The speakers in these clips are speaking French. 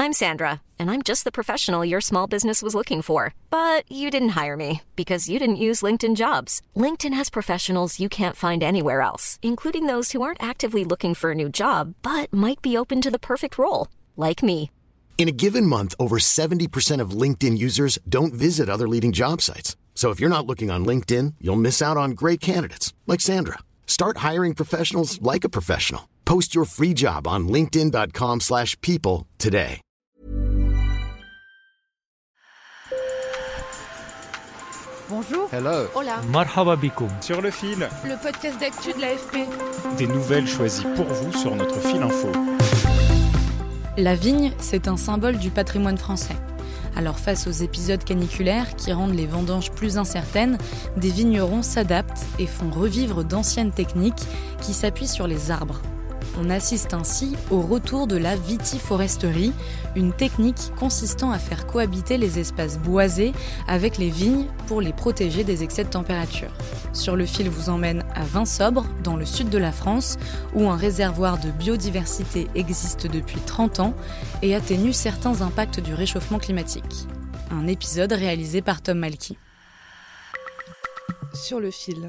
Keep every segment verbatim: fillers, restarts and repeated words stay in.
I'm Sandra, and I'm just the professional your small business was looking for. But you didn't hire me because you didn't use LinkedIn Jobs. LinkedIn has professionals you can't find anywhere else, including those who aren't actively looking for a new job, but might be open to the perfect role, like me. In a given month, over seventy percent of LinkedIn users don't visit other leading job sites. So if you're not looking on LinkedIn, you'll miss out on great candidates like Sandra. Start hiring professionals like a professional. Post your free job on linkedin.com slash people today. Bonjour. Hello. Hola. Marhaba bikoum. Sur le fil. Le podcast d'actu de l'A F P. Des nouvelles choisies pour vous sur notre fil info. La vigne, c'est un symbole du patrimoine français. Alors face aux épisodes caniculaires qui rendent les vendanges plus incertaines, des vignerons s'adaptent et font revivre d'anciennes techniques qui s'appuient sur les arbres. On assiste ainsi au retour de la vitiforesterie, une technique consistant à faire cohabiter les espaces boisés avec les vignes pour les protéger des excès de température. Sur le fil vous emmène à Vinsobres, dans le sud de la France, où un réservoir de biodiversité existe depuis trente ans et atténue certains impacts du réchauffement climatique. Un épisode réalisé par Tom Malky. Sur le fil.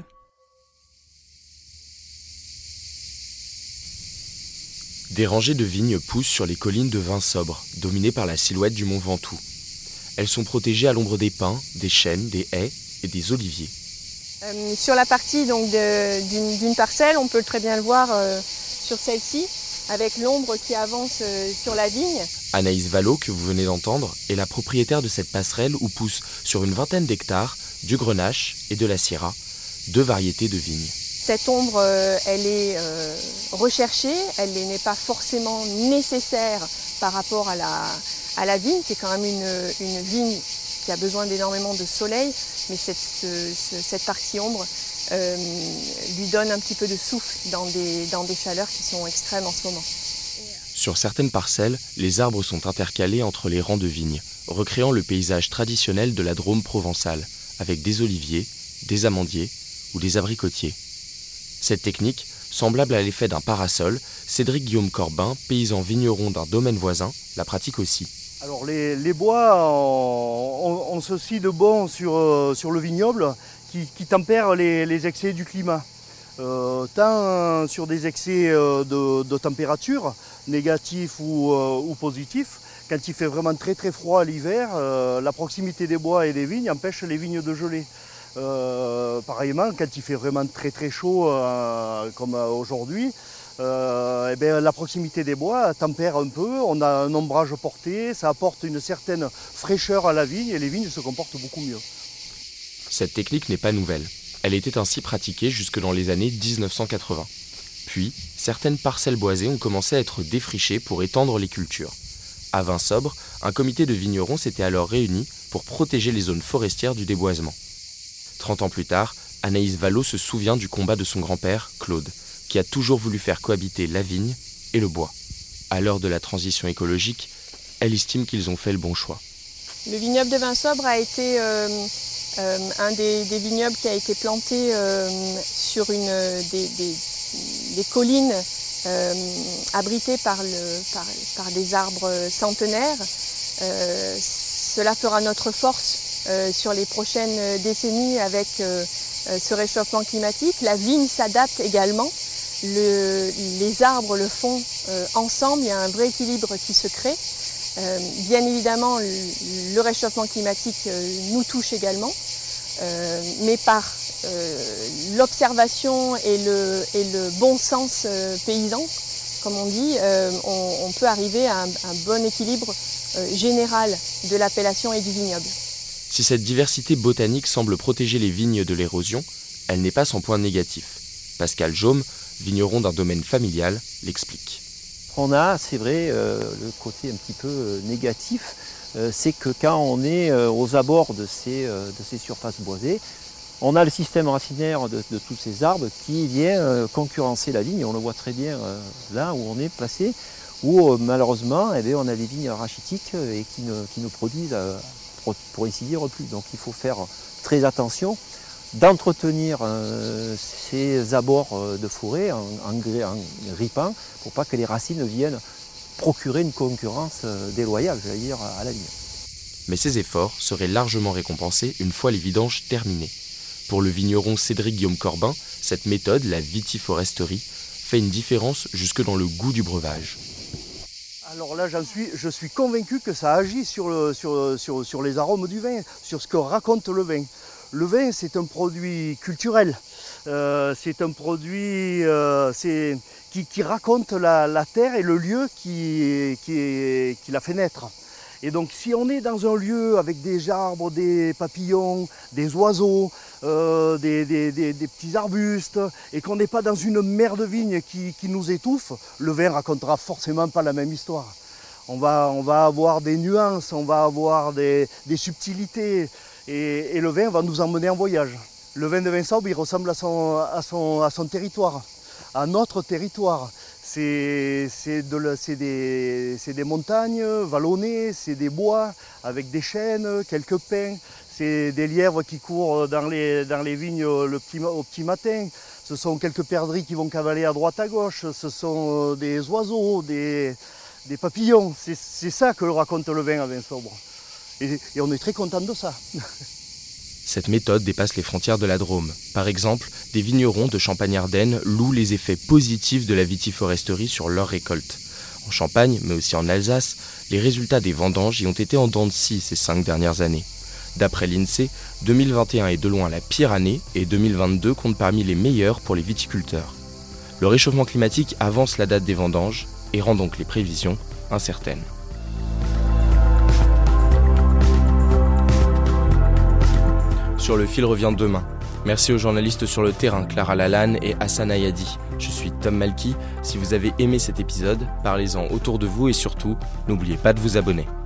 Des rangées de vignes poussent sur les collines de Vinsobres, dominées par la silhouette du mont Ventoux. Elles sont protégées à l'ombre des pins, des chênes, des haies et des oliviers. Euh, sur la partie donc, de, d'une, d'une parcelle, on peut très bien le voir euh, sur celle-ci, avec l'ombre qui avance euh, sur la vigne. Anaïs Vallot, que vous venez d'entendre, est la propriétaire de cette passerelle où poussent sur une vingtaine d'hectares du grenache et de la syrah, deux variétés de vignes. Cette ombre, euh, elle est euh, recherchée, elle n'est pas forcément nécessaire par rapport à la, à la vigne, qui est quand même une, une vigne qui a besoin d'énormément de soleil, mais cette, ce, ce, cette partie ombre euh, lui donne un petit peu de souffle dans des, dans des chaleurs qui sont extrêmes en ce moment. Sur certaines parcelles, les arbres sont intercalés entre les rangs de vignes, recréant le paysage traditionnel de la Drôme provençale, avec des oliviers, des amandiers ou des abricotiers. Cette technique, semblable à l'effet d'un parasol, Cédric Guillaume Corbin, paysan vigneron d'un domaine voisin, la pratique aussi. Alors les, les bois ont, ont ceci de bon sur, euh, sur le vignoble qui, qui tempère les, les excès du climat. Euh, tant sur des excès euh, de, de température, négatifs ou, euh, ou positifs. Quand il fait vraiment très très froid l'hiver, euh, la proximité des bois et des vignes empêche les vignes de geler. Euh, pareillement, quand il fait vraiment très très chaud euh, comme aujourd'hui, euh, eh bien, la proximité des bois tempère un peu, on a un ombrage porté, ça apporte une certaine fraîcheur à la vigne et les vignes se comportent beaucoup mieux. Cette technique n'est pas nouvelle. Elle était ainsi pratiquée jusque dans les années dix-neuf cent quatre-vingts. Puis, certaines parcelles boisées ont commencé à être défrichées pour étendre les cultures. À Vinsobres, un comité de vignerons s'était alors réuni pour protéger les zones forestières du déboisement. Trente ans plus tard, Anaïs Vallot se souvient du combat de son grand-père, Claude, qui a toujours voulu faire cohabiter la vigne et le bois. À l'heure de la transition écologique, elle estime qu'ils ont fait le bon choix. Le vignoble de Vinsobres a été euh, euh, un des, des vignobles qui a été planté euh, sur une, des, des, des collines euh, abritées par, le, par, par des arbres centenaires. Euh, cela fera notre force Euh, sur les prochaines décennies avec euh, ce réchauffement climatique. La vigne s'adapte également, le, les arbres le font euh, ensemble, il y a un vrai équilibre qui se crée. Euh, bien évidemment, le, le réchauffement climatique euh, nous touche également, euh, mais par euh, l'observation et le, et le bon sens euh, paysan, comme on dit, euh, on, on peut arriver à un, un bon équilibre euh, général de l'appellation et du vignoble. Si cette diversité botanique semble protéger les vignes de l'érosion, elle n'est pas sans point négatif. Pascal Jaume, vigneron d'un domaine familial, l'explique. On a, c'est vrai, euh, le côté un petit peu euh, négatif, euh, c'est que quand on est euh, aux abords de ces, euh, de ces surfaces boisées, on a le système racinaire de, de tous ces arbres qui vient euh, concurrencer la vigne. On le voit très bien euh, là où on est placé, où euh, malheureusement eh bien, on a des vignes rachitiques et qui ne, qui ne produisent euh, pour ainsi dire plus. Donc il faut faire très attention d'entretenir euh, ces abords de forêt en, en, en ripant pour pas que les racines viennent procurer une concurrence déloyale, j'allais dire, à la vigne. Mais ces efforts seraient largement récompensés une fois les vidanges terminées. Pour le vigneron Cédric Guillaume Corbin, cette méthode, la vitiforesterie, fait une différence jusque dans le goût du breuvage. Alors là, j'en suis, je suis convaincu que ça agit sur, le, sur, sur, sur les arômes du vin, sur ce que raconte le vin. Le vin, c'est un produit culturel, euh, c'est un produit euh, c'est, qui, qui raconte la, la terre et le lieu qui, qui, qui l'a fait naître. Et donc si on est dans un lieu avec des arbres, des papillons, des oiseaux, euh, des, des, des, des petits arbustes, et qu'on n'est pas dans une mer de vigne qui, qui nous étouffe, le vin racontera forcément pas la même histoire. On va, on va avoir des nuances, on va avoir des, des subtilités, et, et le vin va nous emmener en voyage. Le vin de Vinsaube, il ressemble à son, à son, à son territoire, à notre territoire. C'est, c'est, de, c'est, des, c'est des montagnes vallonnées, c'est des bois avec des chênes, quelques pins, c'est des lièvres qui courent dans les, dans les vignes le petit, au petit matin, ce sont quelques perdrix qui vont cavaler à droite à gauche, ce sont des oiseaux, des, des papillons, c'est, c'est ça que raconte le vin à Vinsaube. Et, et on est très content de ça. Cette méthode dépasse les frontières de la Drôme. Par exemple, des vignerons de Champagne-Ardenne louent les effets positifs de la vitiforesterie sur leur récolte. En Champagne, mais aussi en Alsace, les résultats des vendanges y ont été en dents de scie ces cinq dernières années. D'après l'INSEE, deux mille vingt et un est de loin la pire année et deux mille vingt-deux compte parmi les meilleures pour les viticulteurs. Le réchauffement climatique avance la date des vendanges et rend donc les prévisions incertaines. Sur le fil revient demain. Merci aux journalistes sur le terrain, Clara Lalanne et Hassan Ayadi. Je suis Tom Malky. Si vous avez aimé cet épisode, parlez-en autour de vous et surtout, n'oubliez pas de vous abonner.